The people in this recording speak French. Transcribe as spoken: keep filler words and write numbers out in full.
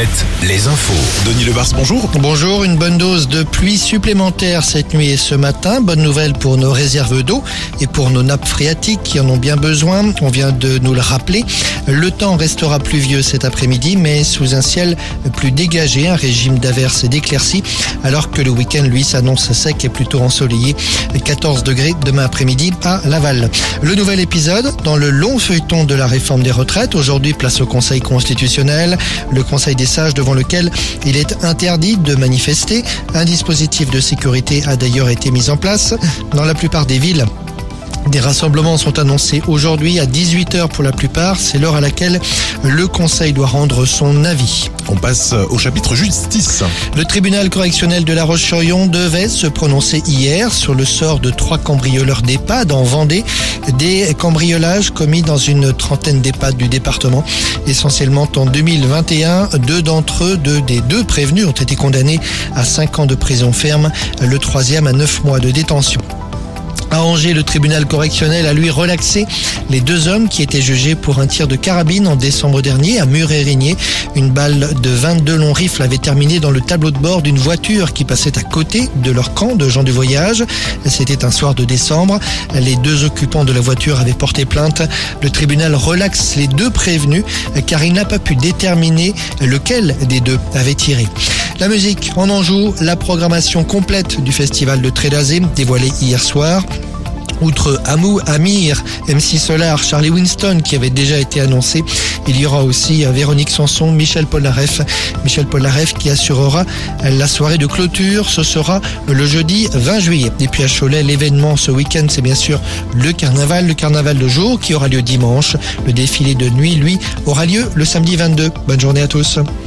sept, les infos. Denis Lebars, bonjour. Bonjour, une bonne dose de pluie supplémentaire cette nuit et ce matin. Bonne nouvelle pour nos réserves d'eau et pour nos nappes phréatiques qui en ont bien besoin. On vient de nous le rappeler. Le temps restera pluvieux cet après-midi, mais sous un ciel plus dégagé, un régime d'averses et d'éclaircies, alors que le week-end, lui, s'annonce sec et plutôt ensoleillé. quatorze degrés demain après-midi à Laval. Le nouvel épisode dans le long feuilleton de la réforme des retraites. Aujourd'hui, place au Conseil constitutionnel. Le Conseil des sages devant lequel il est interdit de manifester. Un dispositif de sécurité a d'ailleurs été mis en place dans la plupart des villes. Des rassemblements sont annoncés aujourd'hui à dix-huit heures pour la plupart. C'est l'heure à laquelle le Conseil doit rendre son avis. On passe au chapitre justice. Le tribunal correctionnel de La Roche-sur-Yon devait se prononcer hier sur le sort de trois cambrioleurs d'EHPAD en Vendée. Des cambriolages commis dans une trentaine d'EHPAD du département. Essentiellement en deux mille vingt et un, deux d'entre eux, deux des deux prévenus, ont été condamnés à cinq ans de prison ferme. Le troisième à neuf mois de détention. À Angers, le tribunal correctionnel a lui relaxé les deux hommes qui étaient jugés pour un tir de carabine en décembre dernier à Murérigné. Une balle de vingt-deux longs rifles avait terminé dans le tableau de bord d'une voiture qui passait à côté de leur camp de gens du voyage. C'était un soir de décembre. Les deux occupants de la voiture avaient porté plainte. Le tribunal relaxe les deux prévenus car il n'a pas pu déterminer lequel des deux avait tiré. La musique en Anjou, la programmation complète du festival de Trédazé dévoilée hier soir. Outre Amou, Amir, M C Solar, Charlie Winston qui avait déjà été annoncé, il y aura aussi Véronique Sanson, Michel Polnareff. Michel Polnareff qui assurera la soirée de clôture. Ce sera le jeudi vingt juillet. Et puis à Cholet, l'événement ce week-end, c'est bien sûr le carnaval. Le carnaval de jour qui aura lieu dimanche. Le défilé de nuit, lui, aura lieu le samedi vingt-deux. Bonne journée à tous.